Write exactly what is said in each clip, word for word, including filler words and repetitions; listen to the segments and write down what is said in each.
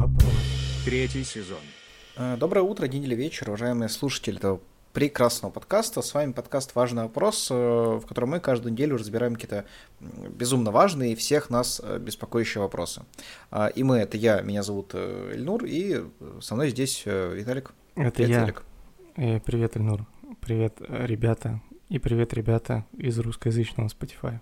Вопрос. Третий сезон. Доброе утро, день или вечер, уважаемые слушатели этого прекрасного подкаста. С вами подкаст «Важный вопрос», в котором мы каждую неделю разбираем какие-то безумно важные и всех нас беспокоящие вопросы. И мы, это я, меня зовут Эльнур, и со мной здесь Виталик. Это привет, я. Виталик. Привет, Эльнур. Привет, ребята. И привет, ребята из русскоязычного Spotify.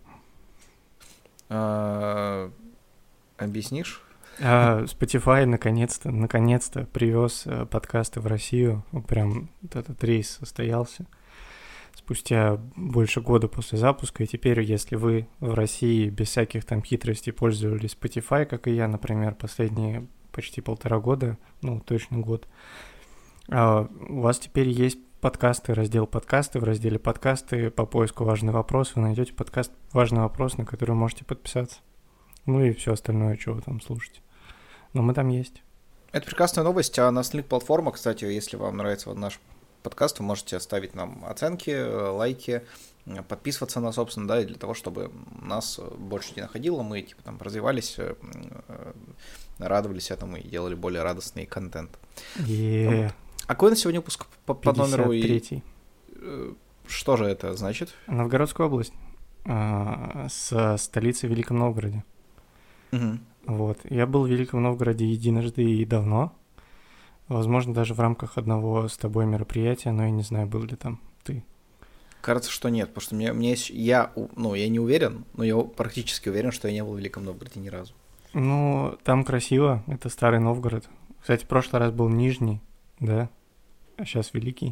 А, объяснишь? А, Spotify наконец-то, наконец-то привез подкасты в Россию. Прям вот этот рейс состоялся спустя больше года после запуска. И теперь, если вы в России без всяких там хитростей пользовались Spotify, как и я, например, последние почти полтора года, ну, точно год, а у вас теперь есть подкасты, раздел подкасты. В разделе подкасты по поиску «Важный вопрос» вы найдете подкаст «Важный вопрос», на который вы можете подписаться. Ну и все остальное, что вы там слушаете. Но мы там есть. Это прекрасная новость. А на остальных платформах, кстати, если вам нравится наш подкаст, вы можете оставить нам оценки, лайки, подписываться на, собственно, да, и для того, чтобы нас больше не находило, мы типа там развивались, радовались этому и делали более радостный контент. Yeah. Вот. А какой на сегодня выпуск по, по номеру? пятьдесят третий. И что же это значит? Новгородская область, а, со столицей в Великом Новгороде. Угу. Вот. Я был в Великом Новгороде единожды и давно. Возможно, даже в рамках одного с тобой мероприятия, но я не знаю, был ли там ты. Кажется, что нет, потому что мне, мне я, ну, я не уверен, но я практически уверен, что я не был в Великом Новгороде ни разу. Ну, там красиво, это старый Новгород. Кстати, в прошлый раз был Нижний, да, а сейчас Великий.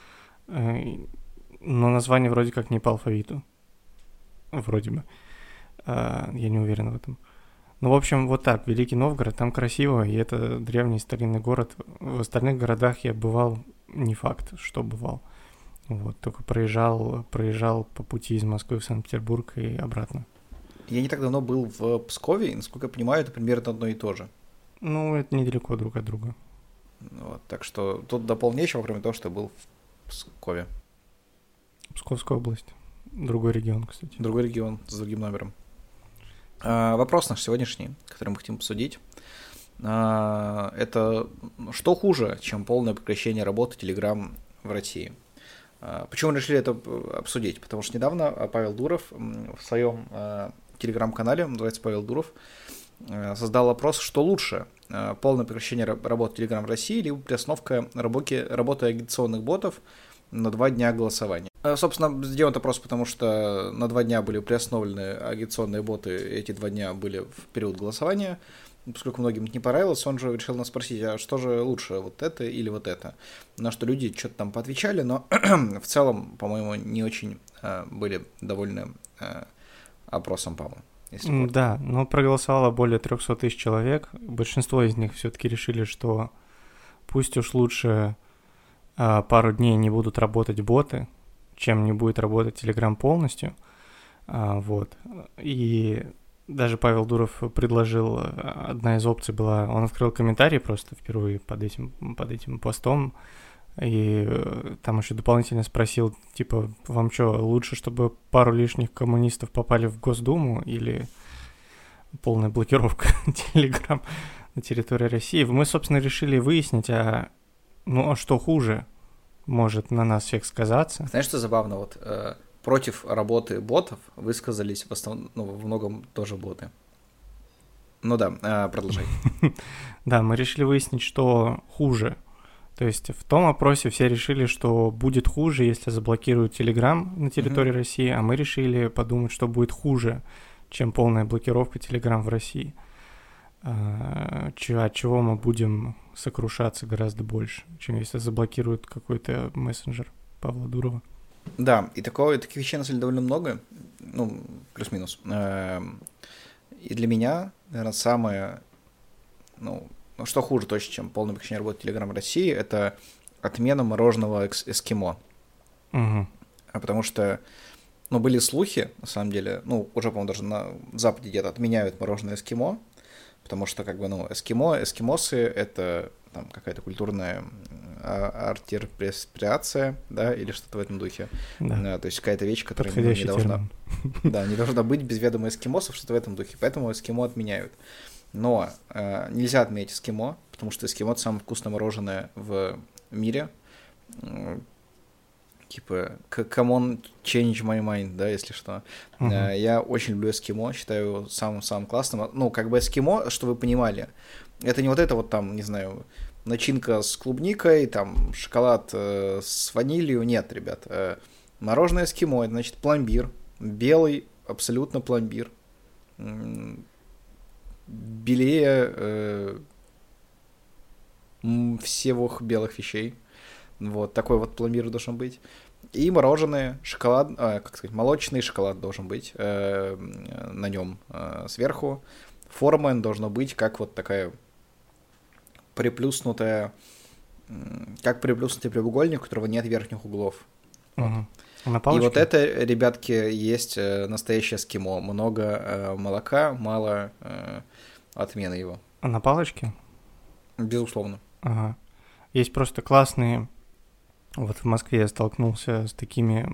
Но название вроде как не по алфавиту. Вроде бы. Я не уверен в этом. Ну, в общем, вот так, Великий Новгород, там красиво, и это древний старинный город. В остальных городах я бывал, не факт, что бывал. Вот, только проезжал, проезжал по пути из Москвы в Санкт-Петербург и обратно. Я не так давно был в Пскове, и, насколько я понимаю, это примерно одно и то же. Ну, это недалеко друг от друга. Вот, так что тут дополнительного, кроме того, что я был в Пскове. Псковская область. Другой регион, кстати. Другой регион с другим номером. А, вопрос наш сегодняшний, который мы хотим обсудить. А, это что хуже, чем полное прекращение работы Telegram в России? А, почему мы решили это обсудить? Потому что недавно Павел Дуров в своем а, телеграм-канале, называется Павел Дуров, а, создал опрос, что лучше, а, полное прекращение работы Telegram в России, либо приостановка работы, работы агитационных ботов на два дня голосования. Собственно, сделан опрос, потому что на два дня были приостановлены агитационные боты, эти два дня были в период голосования. Поскольку многим это не понравилось, он же решил нас спросить, а что же лучше, вот это или вот это? На что люди что-то там поотвечали, но в целом, по-моему, не очень э, были довольны э, опросом Павла. Если да, но проголосовало более триста тысяч человек. Большинство из них все-таки решили, что пусть уж лучше э, пару дней не будут работать боты, чем не будет работать Telegram полностью. А, вот. И даже Павел Дуров предложил, одна из опций была, он открыл комментарий просто впервые под этим, под этим постом, и там еще дополнительно спросил, типа, вам что, лучше, чтобы пару лишних коммунистов попали в Госдуму или полная блокировка Telegram на территории России? Мы, собственно, решили выяснить, а, ну, а что хуже может на нас всех сказаться. Знаешь, что забавно? Вот э, против работы ботов высказались в основном, ну, во многом тоже боты. Ну да, э, продолжай. Да, мы решили выяснить, что хуже. То есть в том опросе все решили, что будет хуже, если заблокируют Telegram на территории mm-hmm. России, а мы решили подумать, что будет хуже, чем полная блокировка Telegram в России. От чего мы будем сокрушаться гораздо больше, чем если заблокируют какой-то мессенджер Павла Дурова. Да, и такого, таких вещей на самом деле довольно много, ну, плюс-минус. И для меня, наверное, самое, ну, что хуже точно, чем полное прекращение работы Telegram в России, это отмена мороженого эскимо. Угу. Потому что, ну, были слухи, на самом деле, ну, уже, по-моему, даже на Западе где-то отменяют мороженое эскимо, потому что, как бы, ну, эскимо, эскимосы — это там какая-то культурная арт-интерпретация, да, или что-то в этом духе. Да. То есть какая-то вещь, которая не, не должна, да, не должна быть без ведома эскимосов, что-то в этом духе. Поэтому эскимо отменяют. Но э, нельзя отменить эскимо, потому что эскимо — это самое вкусное мороженое в мире. Типа, come on, change my mind, да, если что. Uh-huh. Uh, я очень люблю эскимо, считаю его самым-самым классным. Ну, как бы эскимо, что вы понимали, это не вот это вот там, не знаю, начинка с клубникой, там, шоколад э, с ванилью. Нет, ребят. Э, мороженое эскимо, это, значит, пломбир. Белый, абсолютно пломбир. Белее э, всех белых вещей. Вот, такой вот пломбир должен быть. И мороженое, шоколад, э, как сказать, молочный шоколад должен быть э, на нем э, сверху. Форма должна быть как вот такая приплюснутая, как приплюснутый прямоугольник, у которого нет верхних углов. Угу. И вот это, ребятки, есть настоящее эскимо. Много э, молока, мало э, отмены его. А на палочке? Безусловно. Ага. Есть просто классные... Вот в Москве я столкнулся с такими...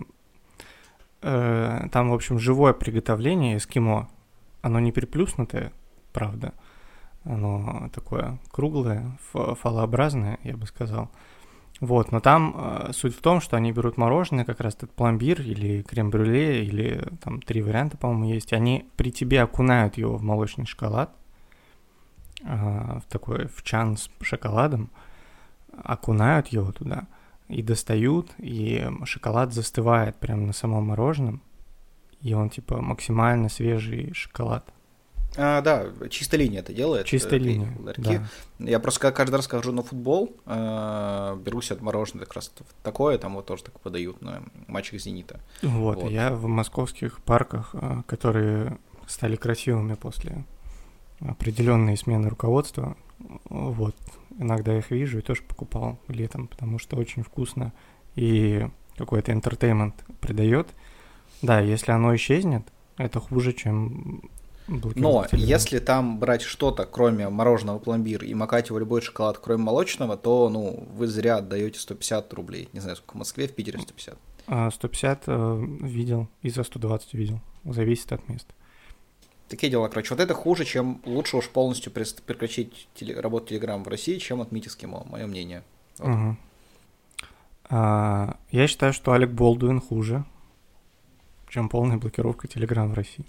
Э, там, в общем, живое приготовление эскимо. Оно не приплюснутое, правда. Оно такое круглое, фалообразное, я бы сказал. Вот, но там э, суть в том, что они берут мороженое, как раз этот пломбир или крем-брюле, или там три варианта, по-моему, есть. Они при тебе окунают его в молочный шоколад, э, в такой, в чан с шоколадом, окунают его туда и достают, и шоколад застывает прямо на самом мороженом, и он типа максимально свежий шоколад. А, да, чистая линия это делает. Чистая линия, да. Я просто каждый раз хожу на футбол, э, беру себе мороженое как раз такое, там вот тоже так подают на матчах «Зенита». Вот, вот. Я в московских парках, которые стали красивыми после определенной смены руководства, вот, иногда их вижу и тоже покупал летом, потому что очень вкусно и какой-то entertainment придает. Да, если оно исчезнет, это хуже, чем... Но если там брать что-то, кроме мороженого пломбир, и макать его в любой шоколад, кроме молочного, то, ну, вы зря отдаете сто пятьдесят рублей. Не знаю, сколько в Москве, в Питере сто пятьдесят. сто пятьдесят э, видел, и за сто двадцать видел. Зависит от места. Такие дела, короче. Вот это хуже, чем лучше уж полностью прекращить теле, работу Telegram в России, чем отменить эскимо, мое мнение. Вот. Угу. А, я считаю, что Алек Болдуин хуже, чем полная блокировка Telegram в России.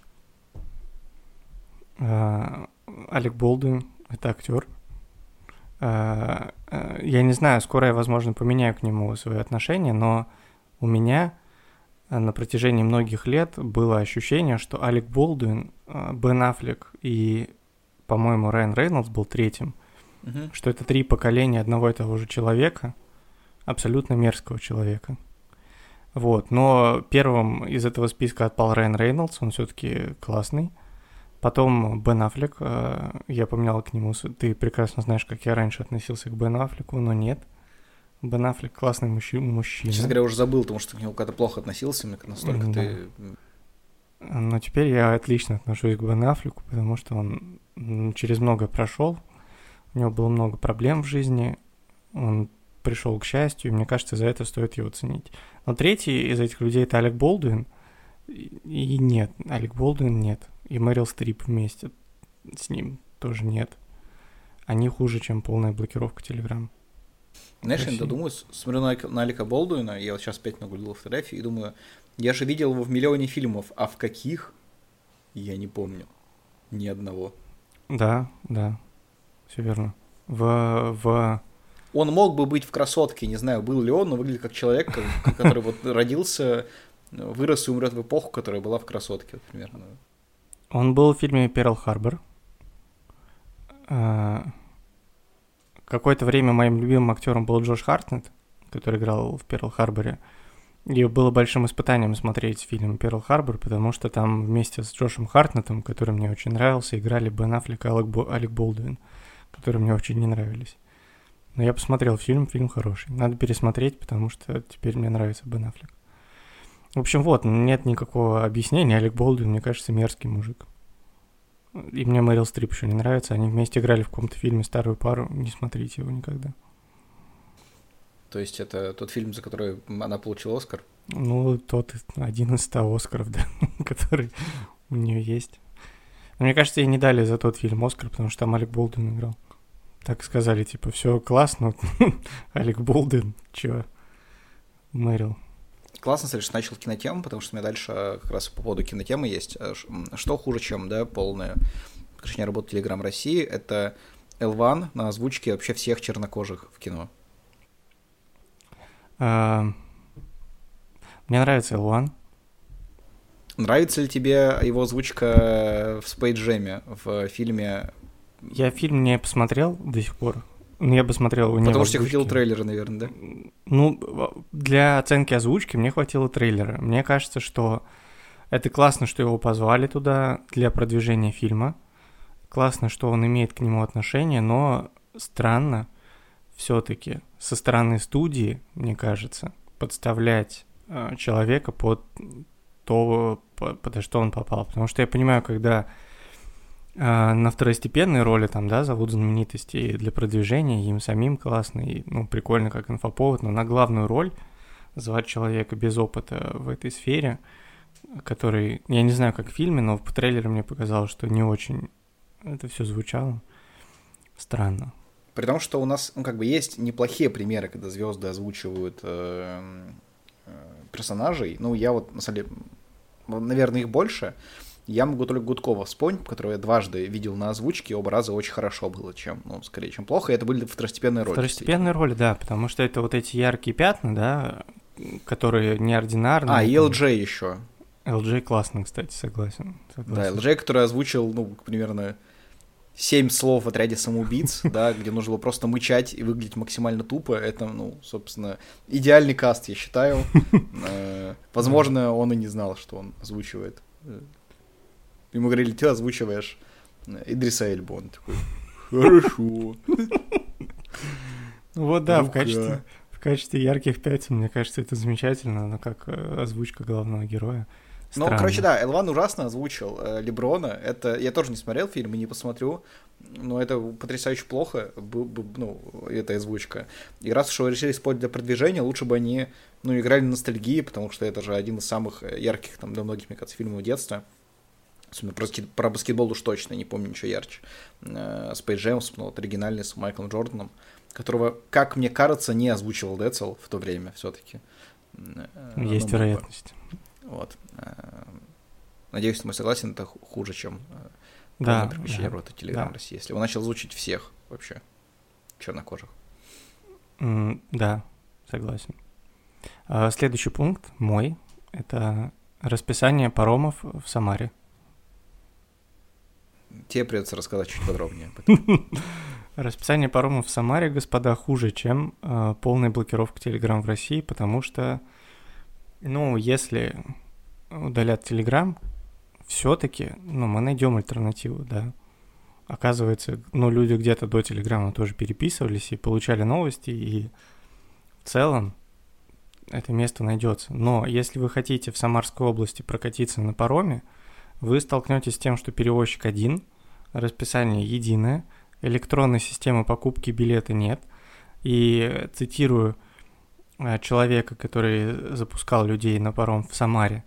Uh, Алек Болдуин — это актер. Uh, uh, я не знаю, скоро я, возможно, поменяю к нему свои отношения, но у меня uh, на протяжении многих лет было ощущение, что Алек Болдуин, uh, Бен Аффлек и, по-моему, Райан Рейнольдс был третьим, uh-huh. что это три поколения одного и того же человека, абсолютно мерзкого человека. Вот, но первым из этого списка отпал Райан Рейнольдс, он все-таки классный. Потом Бен Аффлек, я поменял к нему, ты прекрасно знаешь, как я раньше относился к Бену Аффлеку, но нет. Бен Аффлек классный мужчина. Честно говоря, уже забыл, потому что к нему как-то плохо относился, настолько да. ты... Но теперь я отлично отношусь к Бену Аффлеку, потому что он через многое прошел, у него было много проблем в жизни, он пришел к счастью, и мне кажется, за это стоит его ценить. Но третий из этих людей — это Алек Болдуин, и нет, Алек Болдуин нет. И Мэрил Стрип вместе с ним тоже нет. Они хуже, чем полная блокировка Telegram. Знаешь, я думаю, смотрю на, на Алека Болдуина, я вот сейчас опять нагуглил фотографии и думаю, я же видел его в миллионе фильмов, а в каких? Я не помню. Ни одного. Да, да, все верно. В... в... Он мог бы быть в «Красотке», не знаю, был ли он, но выглядит как человек, который вот родился, вырос и умрет в эпоху, которая была в «Красотке», примерно. Он был в фильме «Перл Харбор». Какое-то время моим любимым актером был Джош Хартнетт, который играл в «Перл Харборе». И было большим испытанием смотреть фильм «Перл Харбор», потому что там вместе с Джошем Хартнеттом, который мне очень нравился, играли Бен Аффлек и Алек Болдуин, которые мне очень не нравились. Но я посмотрел фильм, фильм хороший. Надо пересмотреть, потому что теперь мне нравится Бен Аффлек. В общем, вот, нет никакого объяснения. Алек Болдуин, мне кажется, мерзкий мужик. И мне Мэрил Стрип еще не нравится. Они вместе играли в каком-то фильме «Старую пару». Не смотрите его никогда. То есть это тот фильм, за который она получила Оскар? Ну, тот один из ста Оскаров, да, который у нее есть. Но мне кажется, ей не дали за тот фильм Оскар, потому что там Алек Болдуин играл. Так сказали, типа, все классно, Алек Болдуин, чё, Мэрил. Классно, кстати, что начал кинотему, потому что у меня дальше как раз по поводу кинотемы есть. Что хуже, чем, да, полное прекращение работы Telegram России, это эл один на озвучке вообще всех чернокожих в кино. А, мне нравится эл один. Нравится ли тебе его озвучка в Space Jam, в фильме? Я фильм не посмотрел до сих пор. Но я бы смотрел его не Потому в что озвучке. я видел трейлеры, наверное, да? Ну, для оценки озвучки мне хватило трейлера. Мне кажется, что это классно, что его позвали туда для продвижения фильма. Классно, что он имеет к нему отношение, но странно все-таки со стороны студии, мне кажется, подставлять э, человека под то, под что он попал. Потому что я понимаю, когда э, на второстепенные роли там, да, зовут знаменитости и для продвижения, им самим классно, и, ну, прикольно как инфоповод, но на главную роль звать человека без опыта в этой сфере, который, я не знаю, как в фильме, но в трейлере мне показалось, что не очень это все звучало странно. При том, что у нас, ну, как бы есть неплохие примеры, когда звезды озвучивают э, э, персонажей. Ну, я вот, на самом деле, наверное, их больше. Я могу только Гудкова вспомнить, которого я дважды видел на озвучке, оба раза очень хорошо было, чем, ну, скорее, чем плохо, и это были второстепенные роли. Второстепенные роли, да, потому что это вот эти яркие пятна, да, которые неординарные. А, и эл джей еще. эл джей классно, кстати, согласен. согласен. Да, эл джей, который озвучил, ну, примерно семь слов в «Отряде самоубийц», да, где нужно было просто мычать и выглядеть максимально тупо. Это, ну, собственно, идеальный каст, я считаю. Возможно, он и не знал, что он озвучивает. Ему говорили, ты озвучиваешь Идриса Эльбу. Он такой, хорошо. Вот да, в качестве, в качестве ярких пятен, мне кажется, это замечательно, но как озвучка главного героя. Ну, короче, да, эл один ужасно озвучил э, Леброна. Это я тоже не смотрел фильм и не посмотрю, но это потрясающе плохо, б, б, ну, эта озвучка. И раз уж его решили использовать для продвижения, лучше бы они, ну, играли на ностальгии, потому что это же один из самых ярких, там, для многих, мне кажется, фильмов детства. Особенно про, про баскетбол уж точно, не помню ничего ярче. Space Jam, ну, вот оригинальный с Майклом Джорданом, которого, как мне кажется, не озвучивал Децл в то время все-таки. Есть ну, вероятность. Вот. Надеюсь, ты мой согласен, это хуже, чем да, прекращение да, работы Telegram да. России. Если он начал озвучить всех вообще чернокожих. Mm, да, согласен. А, следующий пункт мой — это расписание паромов в Самаре. Тебе придется рассказать чуть подробнее. Расписание паромов в Самаре, господа, хуже, чем э, полная блокировка Telegram в России, потому что, ну, если удалят Telegram, все-таки, ну, мы найдем альтернативу, да. Оказывается, ну, люди где-то до Телеграма тоже переписывались и получали новости, и в целом это место найдется. Но если вы хотите в Самарской области прокатиться на пароме, вы столкнетесь с тем, что перевозчик один, расписание единое, электронной системы покупки билета нет. И цитирую человека, который запускал людей на паром в Самаре,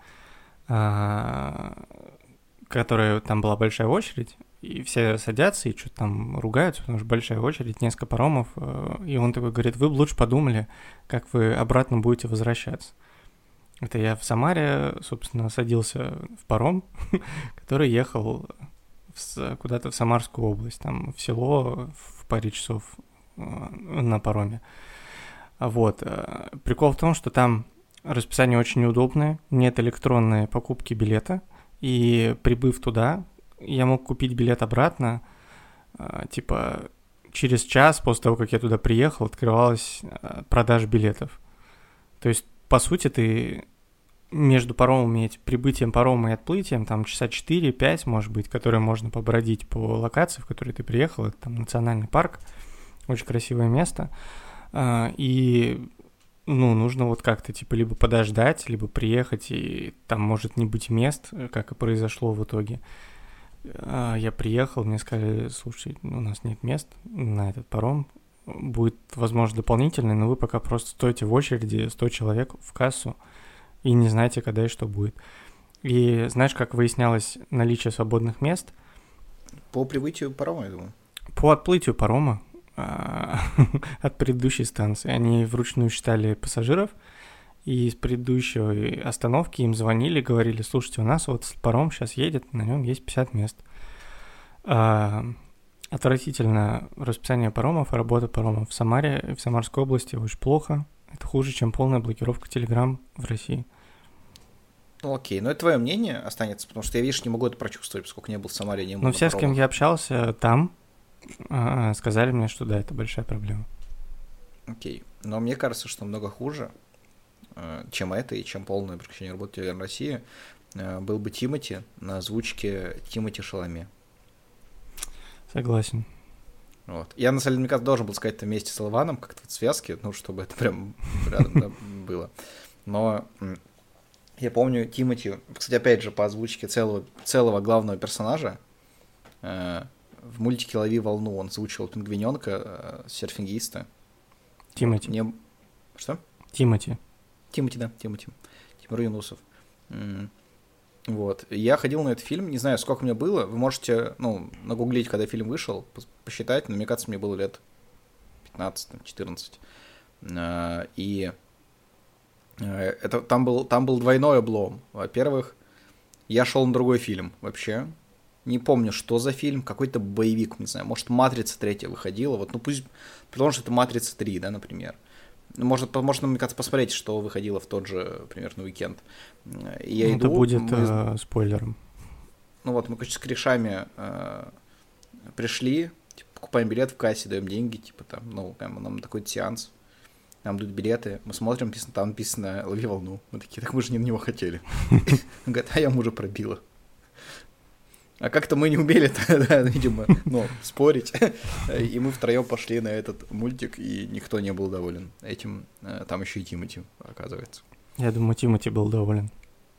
которая там была большая очередь, и все садятся и что-то там ругаются, потому что большая очередь, несколько паромов, и он такой говорит, вы бы лучше подумали, как вы обратно будете возвращаться. Это я в Самаре, собственно, садился в паром, который ехал в, куда-то в Самарскую область, там в село в паре часов на пароме. Вот. Прикол в том, что там расписание очень неудобное, нет электронной покупки билета, и прибыв туда, я мог купить билет обратно, типа через час после того, как я туда приехал, открывалась продажа билетов. То есть, по сути, ты между паромами, прибытием парома и отплытием, там часа четыре-пять, может быть, которые можно побродить по локации, в которой ты приехал, это там национальный парк, очень красивое место, и, ну, нужно вот как-то, типа, либо подождать, либо приехать, и там может не быть мест, как и произошло в итоге. Я приехал, мне сказали, слушай, у нас нет мест на этот паром, будет, возможно, дополнительный, но вы пока просто стоите в очереди, сто человек в кассу, и не знаете, когда и что будет. И знаешь, как выяснялось наличие свободных мест? по прибытию парома, я думаю. По отплытию парома а, от предыдущей станции. Они вручную считали пассажиров, и с предыдущей остановки им звонили, говорили: слушайте, у нас вот паром сейчас едет, на нем есть пятьдесят мест. А, отвратительно расписание паромов, работа паромов в Самаре и в Самарской области очень плохо. Это хуже, чем полная блокировка Telegram в России. Ну окей, но это твое мнение останется, потому что я, видишь, не могу это прочувствовать, поскольку не был в Самаре, не был Но на все, с кем паромах. я общался там, сказали мне, что да, это большая проблема. Окей, но мне кажется, что намного хуже, чем это и чем полное прекращение работы Telegram России, был бы Тимати на озвучке Тимати Шаламе. Согласен. Вот. Я, на самом деле, мне кажется, должен был сказать это вместе с Лаваном, как-то в связке, ну, чтобы это прям рядом да, было. Но я помню Тимати, кстати, опять же, по озвучке целого, целого главного персонажа, э, в мультике «Лови волну» он озвучивал пингвиненка, э, серфингиста. Тимати. Мне... Что? Тимати. Тимати, да, Тимати. Тимур Юнусов. М-м. Вот. Я ходил на этот фильм, не знаю, сколько мне было. Вы можете, ну, нагуглить, когда фильм вышел, посчитать, но мне кажется, мне было лет пятнадцать-четырнадцать. И это, там, был, там был двойной облом. Во-первых, я шел на другой фильм вообще. Не помню, что за фильм, какой-то боевик, не знаю, может, «Матрица» третья выходила. Вот, ну пусть, потому что это «Матрица три», да, например. Можно, можно, мне кажется, посмотреть, что выходило в тот же примерно уикенд. И я ну, иду, это будет мы... э, спойлером. Ну вот, мы, короче, с корешами э, пришли, типа, покупаем билет в кассе, даем деньги, типа там, ну, нам такой сеанс, нам дают билеты, мы смотрим, написано, там написано «Лови волну». Мы такие: так мы же не на него хотели. Он говорит: а я ему уже пробила. А как-то мы не умели, да, видимо, ну, спорить. И мы втроем пошли на этот мультик, и никто не был доволен этим. Там еще и Тимати, оказывается. Я думаю, Тимати был доволен.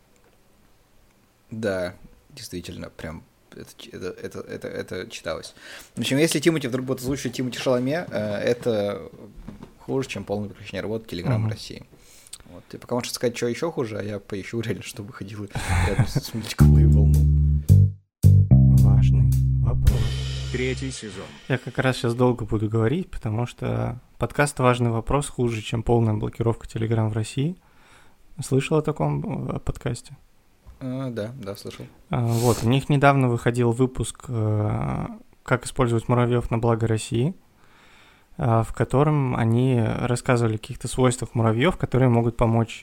Да, действительно, прям это, это, это, это, это читалось. В общем, если Тимати вдруг будет озвучивать Тимати Шаламе, это хуже, чем полное прекращение работы Telegram uh-huh. России. Вот. Ты пока можешь сказать, что еще хуже, а я поищу реально, что выходило рядом с мультиком «Лови волну». Важный вопрос. Третий сезон. Я как раз сейчас долго буду говорить, потому что подкаст «Важный вопрос» хуже, чем полная блокировка Telegram в России. Слышал о таком подкасте? А, да, да, слышал. А, вот, у них недавно выходил выпуск «Как использовать муравьев на благо России», в котором они рассказывали о каких-то свойствах муравьев, которые могут помочь,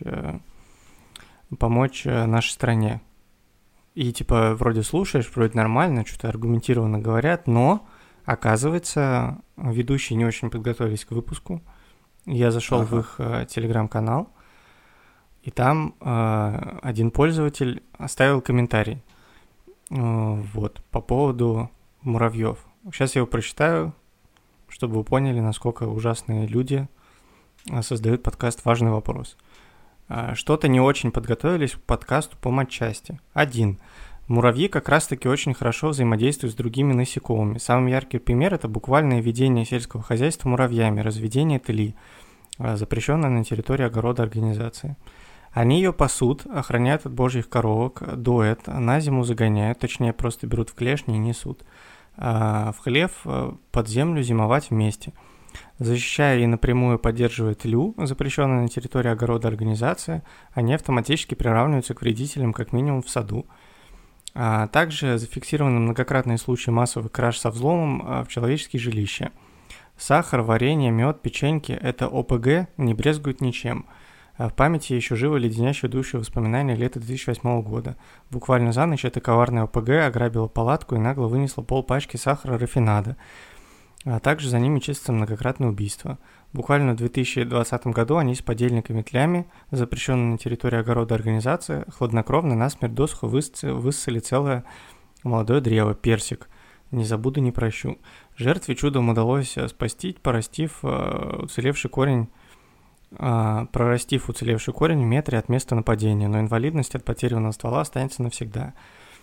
помочь нашей стране. И типа вроде слушаешь, вроде нормально, что-то аргументированно говорят, но, оказывается, ведущие не очень подготовились к выпуску. Я зашел ага. в их э, телеграм-канал, и там э, один пользователь оставил комментарий э, вот, по поводу муравьев. Сейчас я его прочитаю, чтобы вы поняли, насколько ужасные люди создают подкаст «Важный вопрос». Что-то не очень подготовились к подкасту по матчасти. Один. Муравьи как раз-таки очень хорошо взаимодействуют с другими насекомыми. Самый яркий пример – это буквальное ведение сельского хозяйства муравьями, разведение тли, запрещенное на территории огорода организации. Они ее пасут, охраняют от божьих коровок, доят, на зиму загоняют, точнее просто берут в клешни и несут. В хлев под землю зимовать вместе. Защищая и напрямую поддерживая тлю, запрещенную на территории огорода организации, они автоматически приравниваются к вредителям как минимум в саду. А также зафиксированы многократные случаи массовых краж со взломом в человеческие жилища. Сахар, варенье, мед, печеньки – это О П Г, не брезгуют ничем. В памяти еще живо леденящее душу воспоминания лета две тысячи восьмого года. Буквально за ночь эта коварная О П Г ограбила палатку и нагло вынесла полпачки сахара рафинада. А также за ними числится многократное убийство. Буквально в две тысячи двадцатом году они с подельниками тлями, запрещенной на территории огорода организации, хладнокровно насмерть досухо высосали целое молодое древо, персик. Не забуду, не прощу. Жертве чудом удалось спасти, порастив э, уцелевший корень, э, прорастив уцелевший корень в метре от места нападения, но инвалидность от потерянного ствола останется навсегда.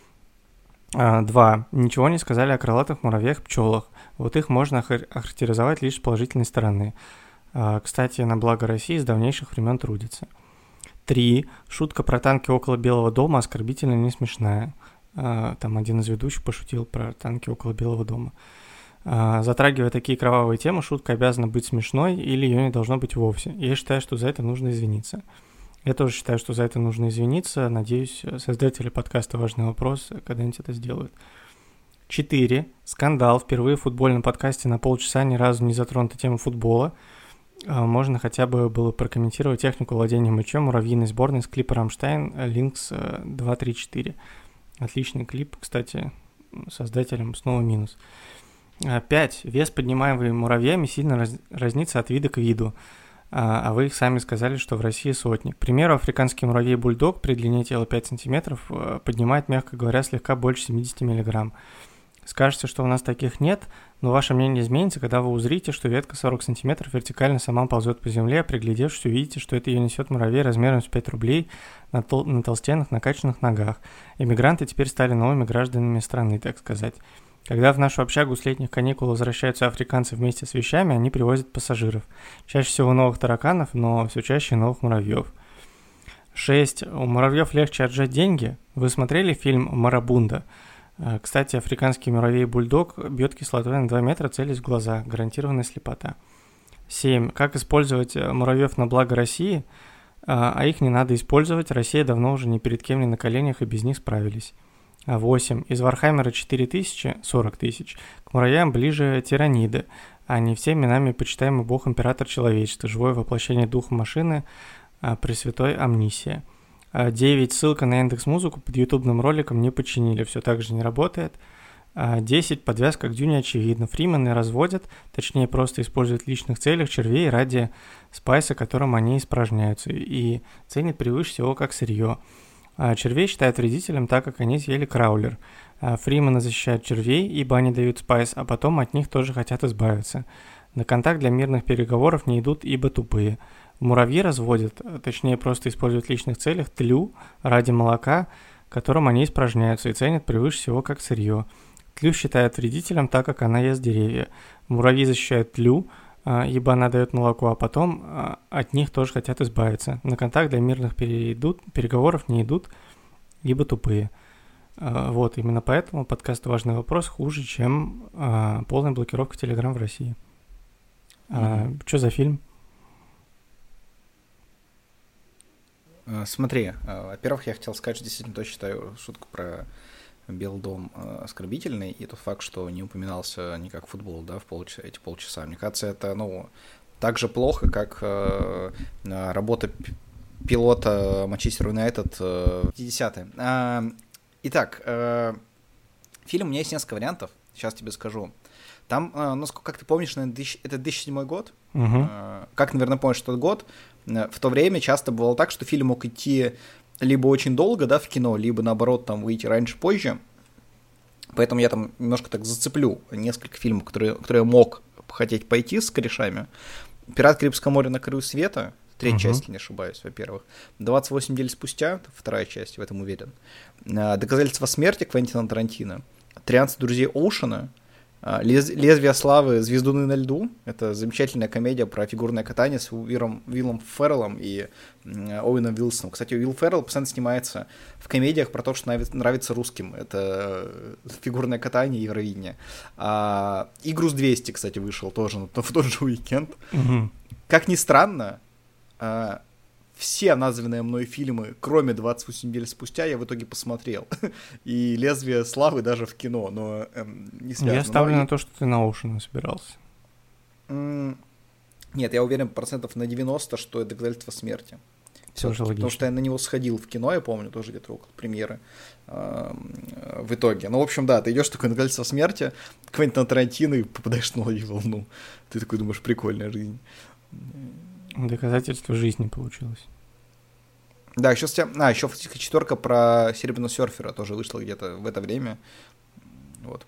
Два. Ничего не сказали о крылатых муравьях-пчелах. Вот их можно охарактеризовать лишь с положительной стороны. Кстати, на благо России с давнейших времен трудится. Три. Шутка про танки около Белого дома оскорбительно не смешная. Там один из ведущих пошутил про танки около Белого дома. Затрагивая такие кровавые темы, шутка обязана быть смешной или ее не должно быть вовсе. Я считаю, что за это нужно извиниться. Я тоже считаю, что за это нужно извиниться. Надеюсь, создатели подкаста «Важный вопрос» когда-нибудь это сделают. Четыре. Скандал. Впервые в футбольном подкасте на полчаса ни разу не затронута тема футбола. Можно хотя бы было прокомментировать технику владения мячом муравьиной сборной с клипа «Рамштайн» Линкс два три четыре. Отличный клип, кстати, создателям снова минус. Пять. Вес, поднимаемый муравьями, сильно раз, разнится от вида к виду. А, а вы их сами сказали, что в России сотни. К примеру, африканский муравей-бульдог при длине тела пять сантиметров поднимает, мягко говоря, слегка больше семьдесят миллиграмм. Скажете, что у нас таких нет, но ваше мнение изменится, когда вы узрите, что ветка сорок сантиметров вертикально сама ползет по земле, а приглядевшись, увидите, что это ее несет муравей размером с пять рублей на, тол- на толстенных накачанных ногах. Эмигранты теперь стали новыми гражданами страны, так сказать. Когда в нашу общагу с летних каникул возвращаются африканцы вместе с вещами, они привозят пассажиров. Чаще всего новых тараканов, но все чаще новых муравьев. шесть. У муравьев легче отжать деньги. Вы смотрели фильм «Марабунда»? Кстати, африканский муравей-бульдог бьет кислотой на два метра, целясь в глаза. Гарантированная слепота. семь. Как использовать муравьев на благо России? А их не надо использовать. Россия давно уже ни перед кем не на коленях и без них справились. восемь. Из Вархаммера четыре тысячи, сорок тысяч, к муравьям ближе тираниды, а не всеми нами почитаемый бог-император человечества, живое воплощение духа машины, пресвятой амнисия. девять. Ссылка на Яндекс.Музыку под ютубным роликом не починили, все так же не работает. десять. Подвязка к Дюне очевидна. Фримены разводят, точнее просто используют в личных целях червей ради спайса, которым они испражняются, и ценят превыше всего как сырье. Червей считают вредителем, так как они съели краулер. Фримены защищают червей, ибо они дают спайс, а потом от них тоже хотят избавиться. На контакт для мирных переговоров не идут, ибо тупые. Муравьи разводят, точнее просто используют в личных целях тлю ради молока, которым они испражняются, и ценят превыше всего как сырье. Тлю считают вредителем, так как она ест деревья. Муравьи защищают тлю, ибо она дает молоко, а потом от них тоже хотят избавиться. На контакт для мирных перейдут, переговоров не идут, ибо тупые. Вот, именно поэтому подкаст «Важный вопрос» хуже, чем полная блокировка Telegram в России. Mm-hmm. Что за фильм? Смотри, во-первых, я хотел сказать, что действительно тоже считаю шутку про Белый дом оскорбительный, и тот факт, что не упоминался никак футбол, да, в полчаса, эти полчаса. Мне кажется, это, ну, так же плохо, как э, работа п- пилота Манчестер Юнайтед в пятидесятые. А, итак, э, фильм, у меня есть несколько вариантов, сейчас тебе скажу. Там, э, ну, как ты помнишь, это две тысячи седьмой год. Uh-huh. Э, как, наверное, помнишь тот год, в то время часто бывало так, что фильм мог идти либо очень долго, да, в кино, либо, наоборот, там, выйти раньше-позже. Поэтому я там немножко так зацеплю несколько фильмов, которые, которые я мог хотеть пойти с корешами. «Пират Карибского моря на краю света», третья uh-huh. часть, если не ошибаюсь, во-первых. «двадцать восемь недель спустя», вторая часть, в этом уверен. «Доказательства смерти» Квентина Тарантино. «тринадцать друзей Оушена». Лез, «Лезвие славы. Звездуны на льду». Это замечательная комедия про фигурное катание с Уиллом, Уиллом Ферреллом и Оуэном Уилсоном. Кстати, Уилл Феррелл постоянно снимается в комедиях про то, что нравится русским. Это фигурное катание и Евровидение. А, и «Груз двести», кстати, вышел тоже в тот же уикенд. Mm-hmm. Как ни странно, все названные мной фильмы, кроме «двадцать восемь недель спустя», я в итоге посмотрел. И «Лезвие славы» даже в кино, но эм, не связано. Я ставлю но... на то, что ты на Оушена собирался. Mm, нет, я уверен процентов на девяносто, что это «Доказательство смерти». Тоже логично. Потому что я на него сходил в кино, я помню, тоже где-то около премьеры э, в итоге. Ну, в общем, да, ты идешь такое «Доказательство смерти», Квентина Тарантино, и попадаешь на лови волну. Ты такой думаешь, прикольная жизнь. Доказательство жизни получилось. Да, еще, а, еще четверка про серебряного серфера тоже вышла где-то в это время. Вот.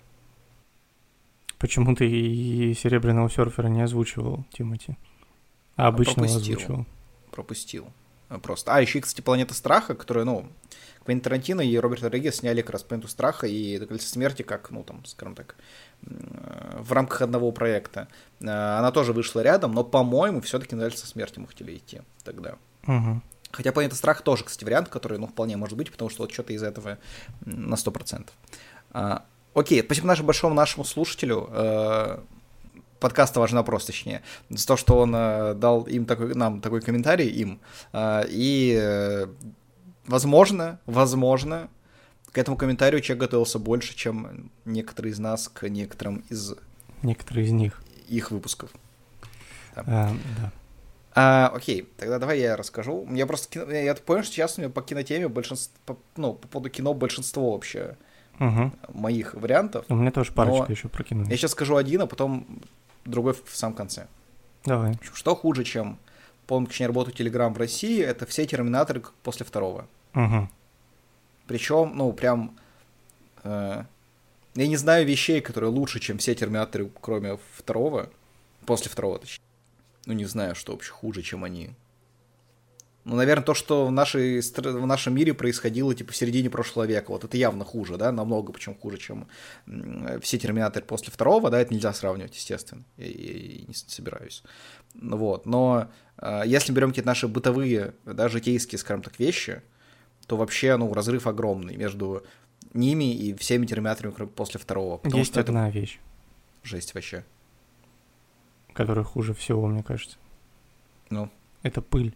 Почему ты и серебряного серфера не озвучивал, Тимати? А обычного пропустил. озвучивал? Пропустил. Просто. А, еще, кстати, «Планета страха», которая, ну, Квентин Тарантино и Роберт Родригес сняли как раз «Планету страха» и «Доказательство смерти», как, ну, там, скажем так, в рамках одного проекта. Она тоже вышла рядом, но, по-моему, все-таки на «Доказательство смерти» мы хотели идти тогда. Угу. Хотя Планета Страха тоже, кстати, вариант, который, ну, вполне может быть, потому что вот что-то из этого на сто процентов. А, окей, спасибо нашему большому нашему слушателю, э, подкаста «Важный вопрос», точнее, за то, что он э, дал им такой, нам такой комментарий, им, э, и, э, возможно, возможно, к этому комментарию человек готовился больше, чем некоторые из нас к некоторым из... Некоторые из них. Их выпусков. Да. А, да. А, окей, тогда давай я расскажу. Я просто кино... я понял, что сейчас у меня по кинотеме большинство, по, ну, по поводу кино большинство вообще угу. моих вариантов. У меня тоже парочка но еще про кино. Я сейчас скажу один, а потом другой в самом конце. Давай. Что хуже, чем полное подключение работы Telegram в России, это все терминаторы после второго. Угу. Причем, ну, прям... Э, я не знаю вещей, которые лучше, чем все терминаторы, кроме второго. После второго, точнее. Ну, не знаю, что вообще хуже, чем они. Ну, наверное, то, что в, нашей, в нашем мире происходило, типа, в середине прошлого века, вот это явно хуже, да, намного почему хуже, чем все терминаторы после второго, да, это нельзя сравнивать, естественно, я, я не собираюсь. Вот, но э, если берем какие-то наши бытовые, да, житейские, скажем так, вещи, то вообще, ну, разрыв огромный между ними и всеми терминаторами после второго. Есть одна это... вещь. Жесть вообще. Которая хуже всего, мне кажется. Ну? Это пыль.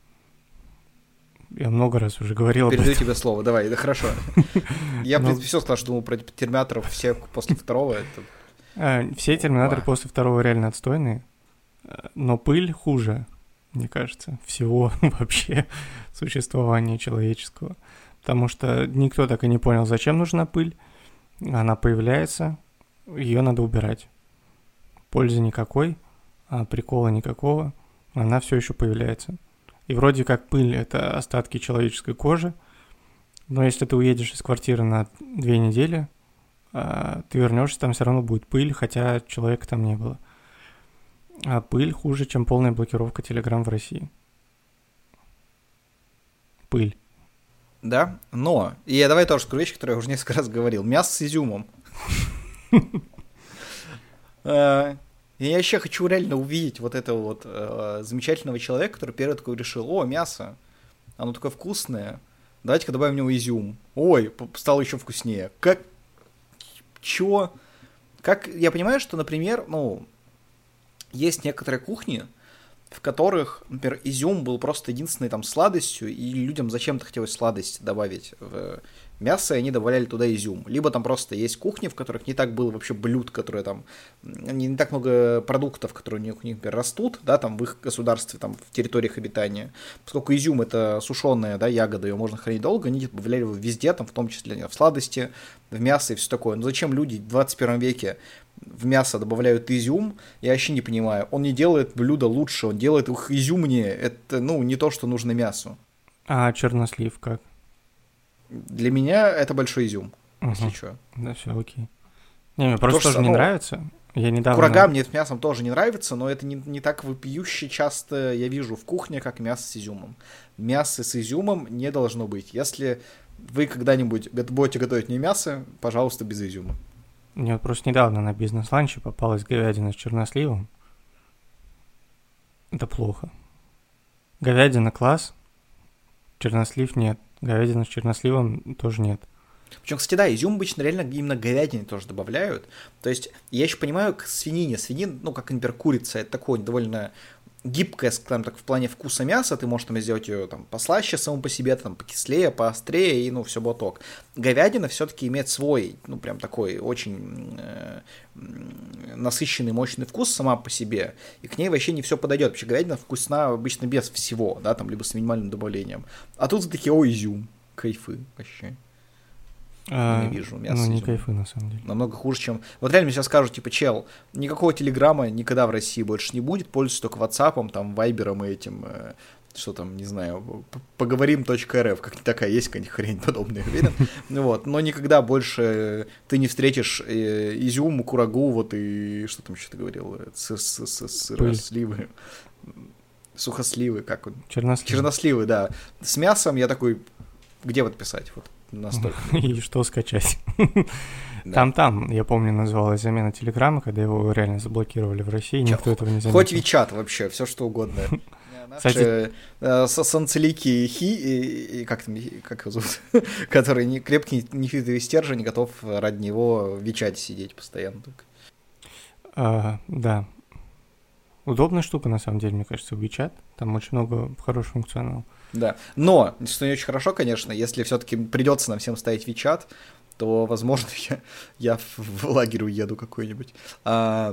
Я много раз уже говорил Передаю об этом. тебе слово, давай, да хорошо. Я, в принципе, все сказал, что думал про терминаторов все после второго. Все терминаторы после второго реально отстойные, но пыль хуже, мне кажется, всего вообще существования человеческого. Потому что никто так и не понял, зачем нужна пыль. Она появляется, ее надо убирать. Пользы никакой, а прикола никакого, она все еще появляется. И вроде как пыль — это остатки человеческой кожи, но если ты уедешь из квартиры на две недели, ты вернешься, там все равно будет пыль, хотя человека там не было. А пыль хуже, чем полная блокировка Telegram в России. Пыль. Да, но... И я давай тоже скажу вещь, которую я уже несколько раз говорил. Мясо с изюмом. Я вообще хочу реально увидеть вот этого вот э, замечательного человека, который первый такой решил: о, мясо, оно такое вкусное, давайте-ка добавим в него изюм. Ой, стало еще вкуснее. Как? Чё? Как? Я понимаю, что, например, ну, есть некоторые кухни, в которых, например, изюм был просто единственной там сладостью, и людям зачем-то хотелось сладость добавить в мясо, и они добавляли туда изюм. Либо там просто есть кухни, в которых не так было вообще блюд, которые там, не, не так много продуктов, которые у них, у них, например, растут, да, там в их государстве, там в территориях обитания. Поскольку изюм — это сушеная, да, ягода, ее можно хранить долго, они добавляли его везде, там, в том числе в сладости, в мясо и все такое. Но зачем люди в двадцать первом веке в мясо добавляют изюм, я вообще не понимаю. Он не делает блюдо лучше, он делает их изюмнее. Это, ну, не то, что нужно мясу. А чернослив как? Для меня это большой изюм, угу. Если что. Да, все окей. Не, мне просто то, тоже что, не ну, нравится. Я недавно... Курага мне с мясом тоже не нравится, но это не, не так вопиюще часто я вижу в кухне, как мясо с изюмом. Мясо с изюмом не должно быть. Если вы когда-нибудь будете готовить не мясо, пожалуйста, без изюма. Мне вот просто недавно на бизнес-ланче попалась говядина с черносливом. Это плохо. Говядина класс, чернослив нет. Говядина с черносливом тоже нет. Причем, кстати, да, изюм обычно реально именно говядине тоже добавляют. То есть, я еще понимаю, к свинине. Свинин, ну, как, например, курица, это такое довольно гибкое, скажем так, в плане вкуса мяса. Ты можешь там сделать ее там послаще саму по себе, там покислее, поострее, и, ну, все боток. Говядина все-таки имеет свой, ну, прям такой очень э, насыщенный, мощный вкус сама по себе. И к ней вообще не все подойдет. Вообще говядина вкусна обычно без всего, да, там, либо с минимальным добавлением. А тут такие: о, изюм, кайфы вообще. А, не вижу мяса. Ну, не кайфы, на самом деле. Намного хуже, чем... Вот реально мне сейчас скажут, типа, чел, никакого телеграма никогда в России больше не будет, пользуйся только ватсапом, там, вайбером и этим, э, что там, не знаю, поговорим точка эр эф, как такая есть какая-нибудь хрень подобная, уверен. Вот, но никогда больше ты не встретишь э, изюм, курагу, вот и... Что там еще ты говорил? Сыросливы. Сухосливы, как он? Черносливы. Черносливы, да. С мясом я такой, где вот писать? Вот. Настолько. И что скачать. Да. Там-там, я помню, называлась замена Телеграма, когда его реально заблокировали в России, никто Ча- этого не заметил. Хоть Вичат вообще, все что угодно. Кстати, Санцелики Хи, и, и как, там, как его зовут, который не, крепкий нефритовый стержень, готов ради него в Вичате сидеть постоянно. А, да. Удобная штука, на самом деле, мне кажется, WeChat. Там очень много хорошего функционала. Да, но, что не очень хорошо, конечно, если все-таки придется нам всем ставить WeChat, то, возможно, я, я в, в лагерь уеду какой-нибудь. А...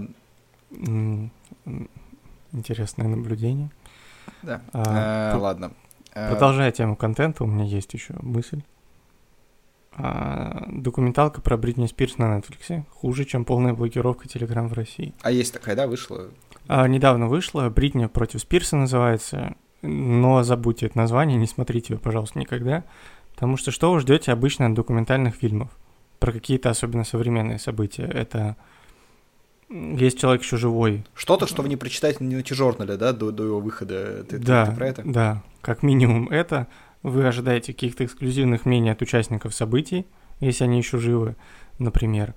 Интересное наблюдение. Да, а, а, ладно. Продолжая тему контента, у меня есть еще мысль. А, документалка про Бритни Спирс на Netflix хуже, чем полная блокировка Telegram в России. А есть такая, да, вышла? А, недавно вышла, «Бритни против Спирса» называется, но забудьте это название, не смотрите его, пожалуйста, никогда, потому что что вы ждете обычно от документальных фильмов про какие-то особенно современные события? Это «Есть человек еще живой». Что-то, что вы не прочитаете на T-журнале, да, до, до его выхода. Ты, да, ты, ты про это? Да, как минимум это. Вы ожидаете каких-то эксклюзивных мнений от участников событий, если они еще живы, например,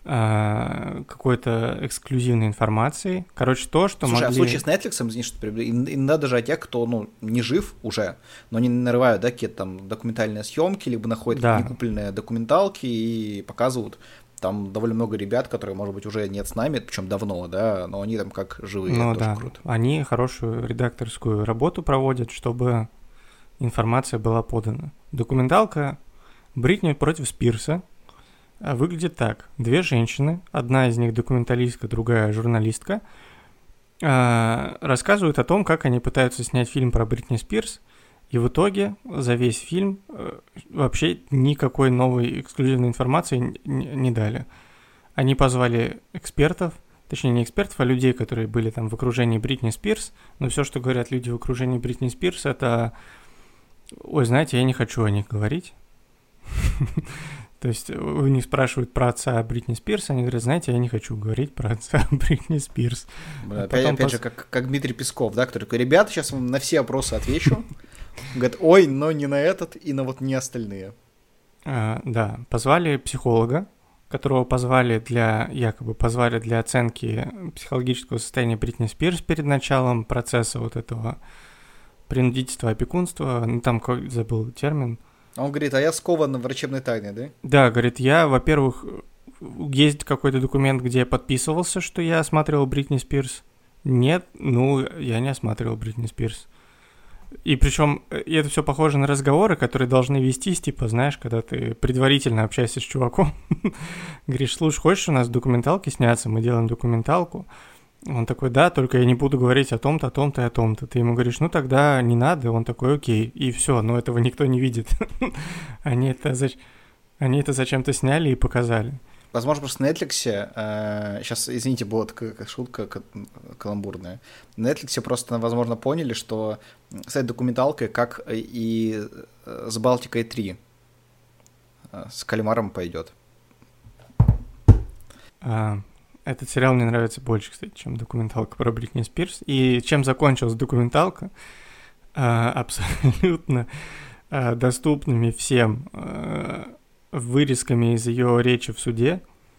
какой-то эксклюзивной информации. Короче, то, что Слушай, могли... а в случае с Netflix, извини, что иногда даже о тех, кто, ну, не жив уже, но они нарывают, да, какие-то там документальные съемки, либо находят да. некупленные документалки и показывают. Там довольно много ребят, которые, может быть, уже нет с нами, причем давно, да, но они там как живые, ну, это тоже да. круто. Они хорошую редакторскую работу проводят, чтобы информация была подана. Документалка «Бритни против Спирса» выглядит так. Две женщины, одна из них документалистка, другая журналистка, рассказывают о том, как они пытаются снять фильм про Бритни Спирс, и в итоге за весь фильм вообще никакой новой эксклюзивной информации не дали. Они позвали экспертов, точнее не экспертов, а людей, которые были там в окружении Бритни Спирс, но все, что говорят люди в окружении Бритни Спирс, это «Ой, знаете, я не хочу о них говорить». То есть у них спрашивают про отца Бритни Спирс, они говорят, знаете, я не хочу говорить про отца Бритни Спирс. А опять опять пос... же, как, как Дмитрий Песков, да, который такой, ребята, сейчас вам на все вопросы отвечу. Говорит, ой, но не на этот и на вот не остальные. А, да, позвали психолога, которого позвали для, якобы позвали для оценки психологического состояния Бритни Спирс перед началом процесса вот этого принудительства, опекунства, ну там, как забыл термин. Он говорит, а я скован врачебной тайной, да? Да, говорит, я, во-первых, есть какой-то документ, где я подписывался, что я осматривал Бритни Спирс. Нет, ну, я не осматривал Бритни Спирс. И причем это все похоже на разговоры, которые должны вестись, типа, знаешь, когда ты предварительно общаешься с чуваком, говоришь, слушай, хочешь у нас документалки сняться, мы делаем документалку. Он такой, да, только я не буду говорить о том-то, о том-то и о том-то. Ты ему говоришь, ну тогда не надо. Он такой, окей. И все, но этого никто не видит. Они это, зач... Они это зачем-то сняли и показали. Возможно, просто на Netflix, э, сейчас, извините, была такая шутка каламбурная. На Netflix просто, возможно, поняли, что с документалкой, как и с Балтикой три, с Кальмаром пойдет. А... Этот сериал мне нравится больше, кстати, чем документалка про Бритни Спирс. И чем закончилась документалка? А, абсолютно а, доступными всем а, вырезками из ее речи в суде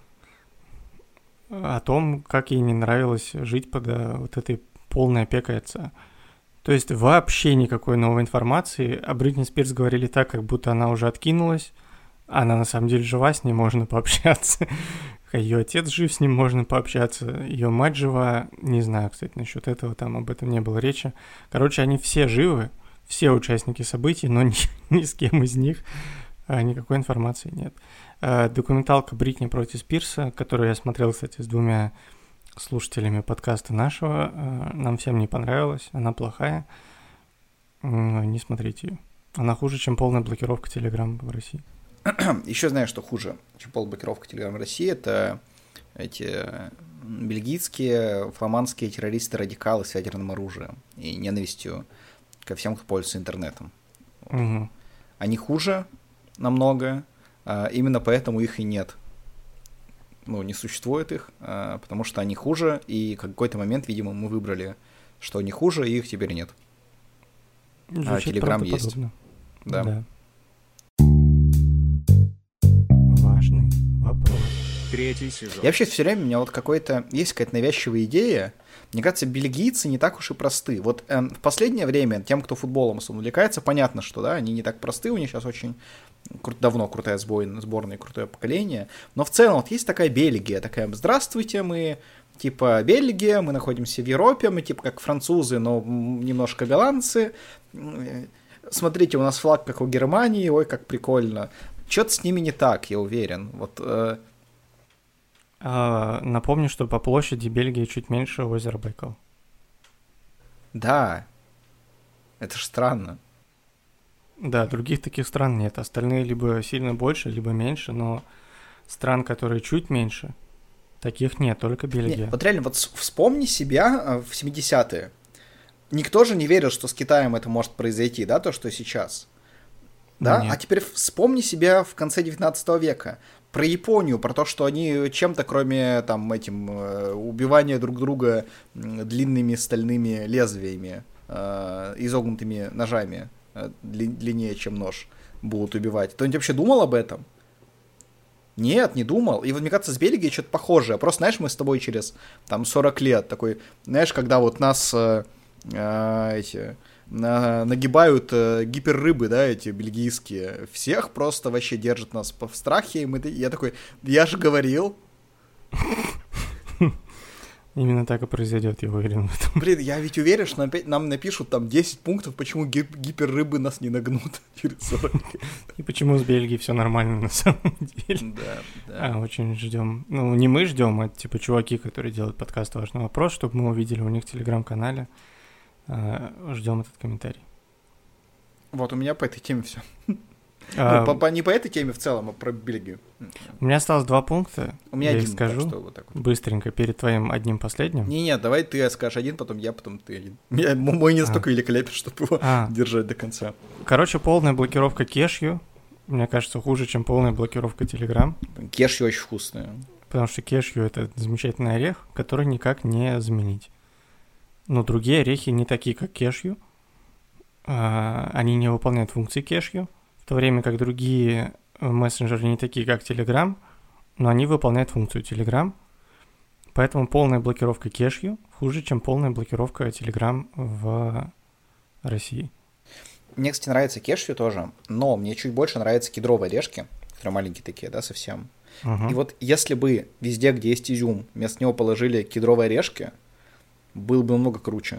о том, как ей не нравилось жить под а, вот этой полной опекой отца. То есть вообще никакой новой информации. О Бритни Спирс говорили так, как будто она уже откинулась. Она на самом деле жива, с ней можно пообщаться. Ее отец жив, с ним можно пообщаться. Ее мать жива. Не знаю, кстати, насчет этого, там об этом не было речи. Короче, они все живы, все участники событий, но ни, ни с кем из них а, никакой информации нет. А, документалка «Бритни против Спирса», которую я смотрел, кстати, с двумя слушателями подкаста нашего, а, нам всем не понравилась. Она плохая. Не смотрите ее. Она хуже, чем полная блокировка Telegram в России. Еще знаю, что хуже, чем полблокировка Telegram России, это эти бельгийские, фламандские террористы-радикалы с ядерным оружием и ненавистью ко всем, кто пользуется интернетом. Угу. Они хуже намного, а именно поэтому их и нет. Ну, не существует их, а потому что они хуже, и в какой-то момент, видимо, мы выбрали, что они хуже, и их теперь нет. Звучит а Telegram есть. Да. да. Важный вопрос. Третий сезон. Я вообще все время, у меня вот какой-то, есть какая-то навязчивая идея. Мне кажется, бельгийцы не так уж и просты. Вот э, в последнее время тем, кто футболом увлекается, понятно, что да, они не так просты, у них сейчас очень кру- давно крутая сборная, сборная, крутое поколение. Но в целом вот есть такая Бельгия, такая, здравствуйте, мы типа Бельгия, мы находимся в Европе, мы типа как французы, но немножко голландцы. Смотрите, у нас флаг как у Германии, ой, как прикольно. Что-то с ними не так, я уверен. Вот... Э... А, напомню, что по площади Бельгии чуть меньше озера Байкал. Да, это ж странно. Да, других таких стран нет. Остальные либо сильно больше, либо меньше, но стран, которые чуть меньше, таких нет, только Бельгия. Нет, вот реально, вот вспомни себя в семидесятые. Никто же не верил, что с Китаем это может произойти, да, то, что сейчас. Да? Нет. А теперь вспомни себя в конце девятнадцатого века. Про Японию, про то, что они чем-то, кроме там этим убивания друг друга длинными стальными лезвиями, э, изогнутыми ножами, э, длиннее, чем нож, будут убивать. Кто-нибудь вообще думал об этом? Нет, не думал. И вот, мне кажется, с Бельгией что-то похожее. Просто, знаешь, мы с тобой через там сорок лет такой, знаешь, когда вот нас э, э, эти... нагибают э, гиперрыбы, да, эти бельгийские. Всех просто вообще держат нас в страхе. И мы, я такой, я же говорил. Именно так и произойдет, я уверен в этом. Блин, я ведь уверен, что нам, нам напишут там десять пунктов, почему гип- гиперрыбы нас не нагнут через сорок лет. И почему с Бельгией все нормально на самом деле. Да, да. А, очень ждем. Ну, не мы ждем, а типа чуваки, которые делают подкаст «Важный вопрос», чтобы мы увидели у них в телеграм-канале. Ждем этот комментарий. Вот у меня по этой теме все. А, ну, по, по, не по этой теме в целом, а про Бельгию. У меня осталось два пункта. У меня я один, их скажу так что вот так вот. быстренько перед твоим одним последним. Не-не, давай ты скажешь один, потом я, потом ты один. Я, мой не настолько а. великолепен, чтобы его а. держать до конца. Короче, полная блокировка кешью. Мне кажется, хуже, чем полная блокировка Telegram. Кешью очень вкусная. Потому что кешью — это замечательный орех, который никак не заменить. Но другие орехи не такие, как кешью. А, они не выполняют функции кешью, в то время как другие мессенджеры не такие, как Telegram, но они выполняют функцию Telegram. Поэтому полная блокировка кешью хуже, чем полная блокировка Telegram в России. Мне, кстати, нравится кешью тоже, но мне чуть больше нравятся кедровые орешки, которые маленькие такие, да, совсем. Uh-huh. И вот если бы везде, где есть изюм, вместо него положили кедровые орешки, было бы намного круче.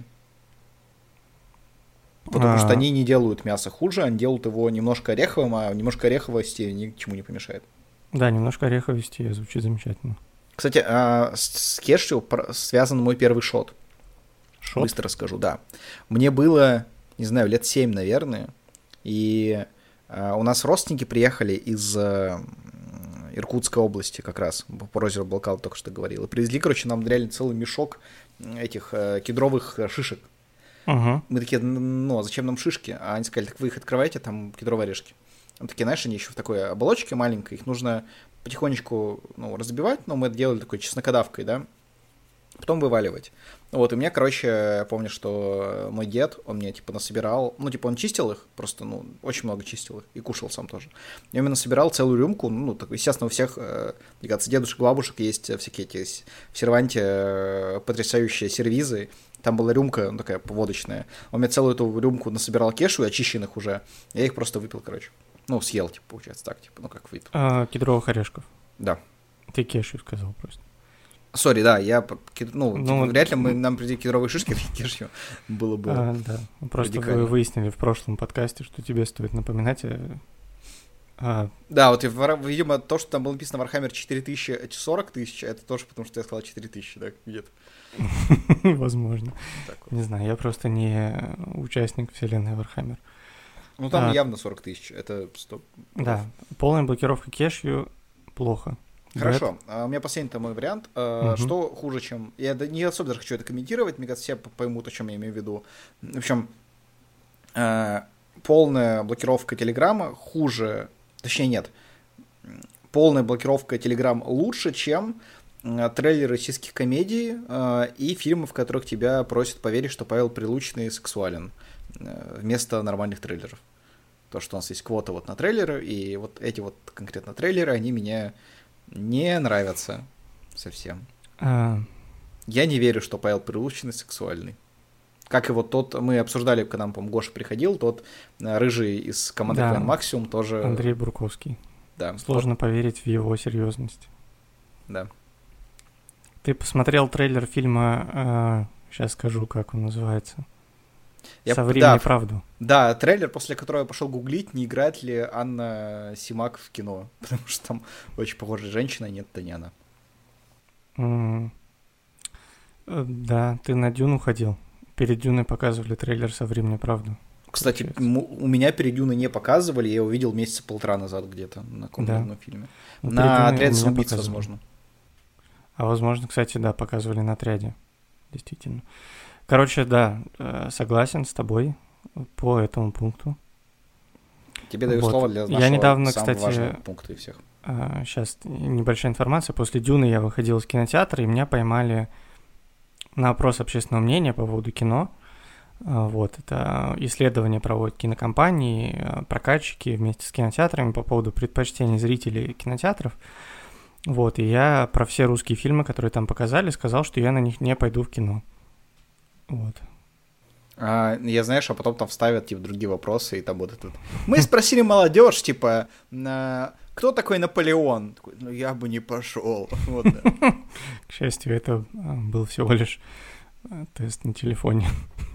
Потому А-а-а. что они не делают мясо хуже, они делают его немножко ореховым, а немножко ореховости ни к чему не помешает. Да, немножко ореховости звучит замечательно. Кстати, с кешью связан мой первый шот. Шот? Быстро расскажу, да. Мне было, не знаю, лет семь, наверное, и у нас родственники приехали из Иркутской области как раз, по озеру Балкал только что говорил, и привезли, короче, нам реально целый мешок этих кедровых шишек. Uh-huh. Мы такие, ну, а зачем нам шишки? А они сказали, так вы их открываете, там кедровые орешки. Мы такие, знаешь, они еще в такой оболочке маленькой, их нужно потихонечку, ну, разбивать, но мы это делали такой чеснокодавкой, да, потом вываливать. Вот, и мне, короче, я помню, что мой дед, он мне, типа, насобирал, ну, типа, он чистил их, просто, ну, очень много чистил их, и кушал сам тоже. Я именно собирал целую рюмку, ну, так, естественно, у всех, мне кажется, дедушек, бабушек есть всякие эти в серванте потрясающие сервизы. Там была рюмка, ну, такая водочная. Он мне целую эту рюмку насобирал кешу, очищенных уже. Я их просто выпил, короче. Ну, съел, типа, получается, так, типа, ну, как выпил. А, кедровых орешков. Да. Ты кешу сказал просто. Сори, да, я, ну, ну типа, вряд ли мы, нам прийти кедровые шишки в кешью было бы. А, да, просто вы выяснили в прошлом подкасте, что тебе стоит напоминать. А... Да, вот, видимо, то, что там было написано Warhammer четыре тысячи, эти сорок тысяч, это тоже потому, что я сказал четыре тысячи, да, где-то. Возможно. Вот. Не знаю, я просто не участник вселенной Warhammer. Ну, там а, явно сорок тысяч, это сто. Да, полная блокировка кешью плохо. Хорошо, а, у меня последний мой вариант. А, угу. Что хуже, чем... Я не особо даже хочу это комментировать, мне кажется, все поймут, о чем я имею в виду. В общем, а, полная блокировка Телеграма хуже... Точнее, нет. Полная блокировка Telegram лучше, чем э, трейлеры российских комедий э, и фильмы, в которых тебя просят поверить, что Павел Прилучный сексуален, э, вместо нормальных трейлеров. То, что у нас есть квота вот на трейлеры, и вот эти вот конкретно трейлеры, они меня не нравятся совсем. А, Я не верю, что Павел Прилучный сексуальный. Как и вот тот, мы обсуждали, когда нам, по-моему, Гоша приходил, тот э, рыжий из команды Да. Клан Максимум тоже... Андрей Бурковский. Да, Сложно поверить в его серьезность. да. Ты посмотрел трейлер фильма, сейчас скажу, как он называется. Я- «Соври да, мне правду». Да, трейлер, после которого я пошел гуглить, не играет ли Анна Симак в кино. Потому что там очень похожая женщина, нет, это не она. М, э, Да, ты на Дюну ходил. Перед Дюной показывали трейлер «Соври мне правду». Кстати, Получается. м- у меня перед Дюной не показывали, я его видел месяца полтора назад где-то на каком-то Да. одном фильме. Ну, перед На Дюной «Отряд у меня самоубийц», показывали. возможно. А возможно, кстати, да, показывали на отряде. Действительно. Короче, да, э, согласен с тобой по этому пункту. Тебе даю Вот. слово для Я нашего недавно, самого кстати, важного пункта из всех. Сейчас небольшая информация. После «Дюны» я выходил из кинотеатра, и меня поймали на опрос общественного мнения по поводу кино. А, Вот, это исследование проводят кинокомпании, а, прокатчики вместе с кинотеатрами по поводу предпочтений зрителей кинотеатров. Вот, и я про все русские фильмы, которые там показали, сказал, что я на них не пойду в кино. Вот. А, я, знаешь, а потом там вставят, типа, другие вопросы, и там вот этот... Мы спросили молодежь, типа, на- кто такой Наполеон? Такой, ну, я бы не пошел. Вот, да. К счастью, это а, был всего лишь а, тест на телефоне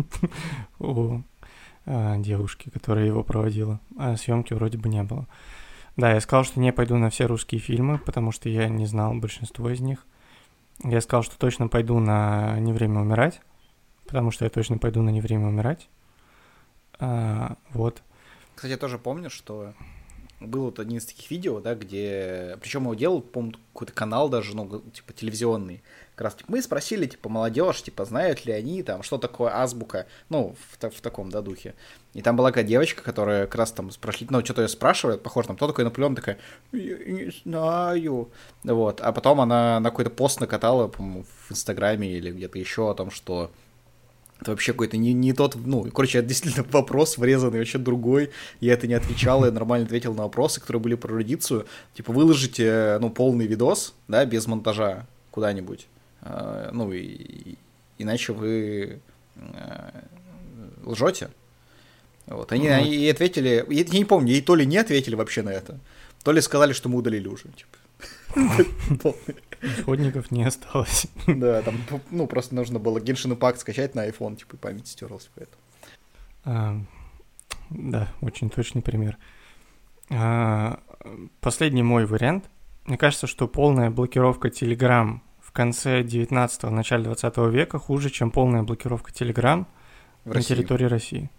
у а, девушки, которая его проводила. А съемки вроде бы не было. Да, я сказал, что не пойду на все русские фильмы, потому что я не знал большинство из них. Я сказал, что точно пойду на «Не время умирать», потому что я точно пойду на «Не время умирать». А, вот. Кстати, я тоже помню, что был вот один из таких видео, да, где... Причем его делал, по-моему, какой-то канал даже, ну, типа, телевизионный. Как раз, типа, мы спросили, типа, молодежь, типа, знают ли они, там, что такое азбука, ну, в, та- в таком, да, духе. И там была какая девочка, которая как раз там спрашивали, ну, что-то ее спрашивают, похоже, там, кто такой Наполеон, такая, я не знаю. Вот, а потом она на какой-то пост накатала, по-моему, в Инстаграме или где-то еще о том, что это вообще какой-то не, не тот, ну, короче, это действительно вопрос врезанный, вообще другой. Я это не отвечал, я нормально ответил на вопросы, которые были про эрудицию. Типа, выложите, ну, полный видос, да, без монтажа куда-нибудь. А, ну, и, и- иначе вы а, лжете. Вот. Они, Ну, они ей ответили, я, я не помню, ей то ли не ответили вообще на это, то ли сказали, что мы удалили уже. Типа. Исходников не осталось. Да, там, ну, просто нужно было Genshin Impact скачать на iPhone, типа, и память стерлась поэтому. А, Да, очень точный пример. А, Последний мой вариант. Мне кажется, что полная блокировка Telegram в конце девятнадцатого, начале двадцатого века хуже, чем полная блокировка Telegram В на России. территории России.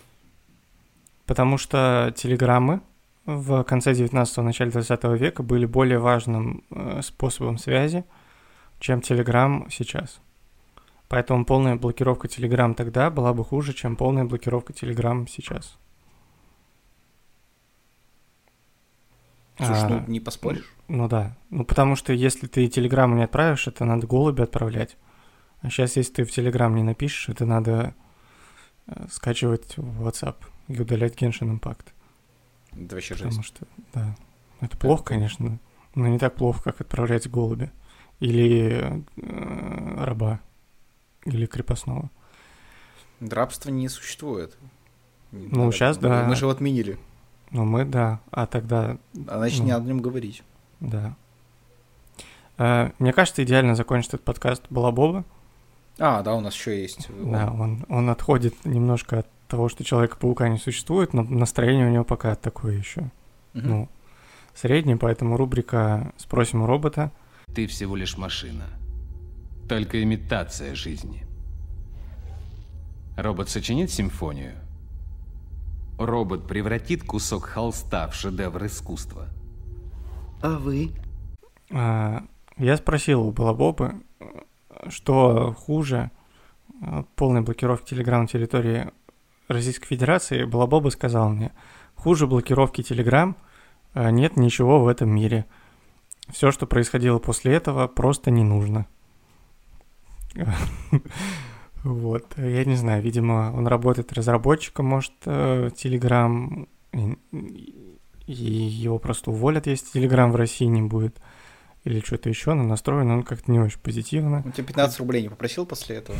Потому что телеграммы в конце девятнадцатого, начале двадцатого века были более важным э, способом связи, чем Telegram сейчас. Поэтому полная блокировка Telegram тогда была бы хуже, чем полная блокировка Telegram сейчас. Слушай, А, ну, не поспоришь. Ну да. Ну потому что если ты телеграмму не отправишь, это надо голуби отправлять. А сейчас, если ты в Telegram не напишешь, это надо э, скачивать в WhatsApp и удалять Genshin Impact. Это вообще жесть. Потому что, да, это плохо, конечно, но не так плохо, как отправлять голубя. Или э, раба. Или крепостного. Рабства не существует. Ну, Надо- щас, да. Мы же его отменили. Ну, мы, да. А тогда, А значит, Ну. не надо о нем говорить. да. Э, мне кажется, идеально закончит этот подкаст Балабоба. А, да, у нас еще есть. Да, он, он отходит немножко от того, что Человека-паука не существует, но настроение у него пока такое еще. Мгм. Ну, среднее, поэтому рубрика «Спросим у робота». Ты всего лишь машина. Только имитация жизни. Робот сочинит симфонию. Робот превратит кусок холста в шедевр искусства. А вы? А, Я спросил у Балабобы, что хуже э, полной блокировки Telegram на территории Российской Федерации. Балабоба сказал мне, хуже блокировки Telegram э, нет ничего в этом мире. Все, что происходило после этого, просто не нужно. Вот, я не знаю, видимо, он работает разработчиком, может, э, Telegram, и и его просто уволят, если Telegram в России не будет. или что-то еще, но настроен он как-то не очень позитивно. Он тебе пятнадцать рублей не попросил после этого?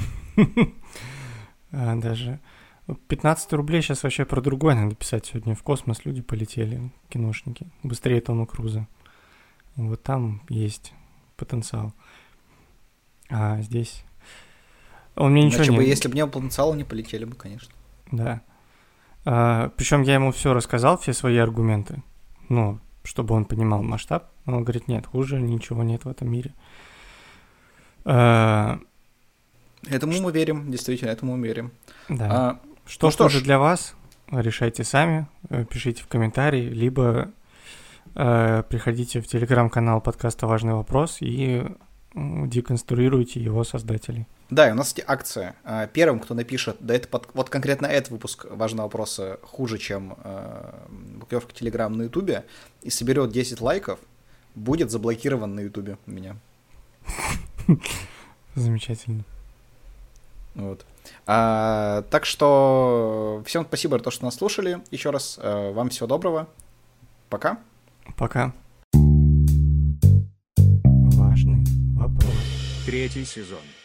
Даже пятнадцать рублей сейчас вообще про другое надо писать. Сегодня в космос люди полетели, киношники, быстрее Тома Круза. Вот там есть потенциал. А здесь... Он мне ничего Иначе не... бы, если бы не было потенциала, не полетели бы, конечно. Да. А, причем я ему все рассказал, все свои аргументы. Ну, чтобы он понимал масштаб. Он говорит, нет, хуже ничего нет в этом мире. А... Этому Ш... мы верим, действительно, этому мы верим. Да. А, что ну хуже что для вас, решайте сами, пишите в комментарии, либо э, приходите в телеграм-канал подкаста «Важный вопрос» и деконструируйте его создателей. Да, и у нас есть акция. Первым, кто напишет, да это под... вот конкретно этот выпуск «Важного вопроса» хуже, чем э, буквёрка Телеграм на Ютубе, и соберет десять лайков, будет заблокирован на Ютубе у меня. Замечательно. Вот. А, так что всем спасибо за то, что нас слушали. Еще раз а, вам всего доброго. Пока. Пока. Важный вопрос. Третий сезон.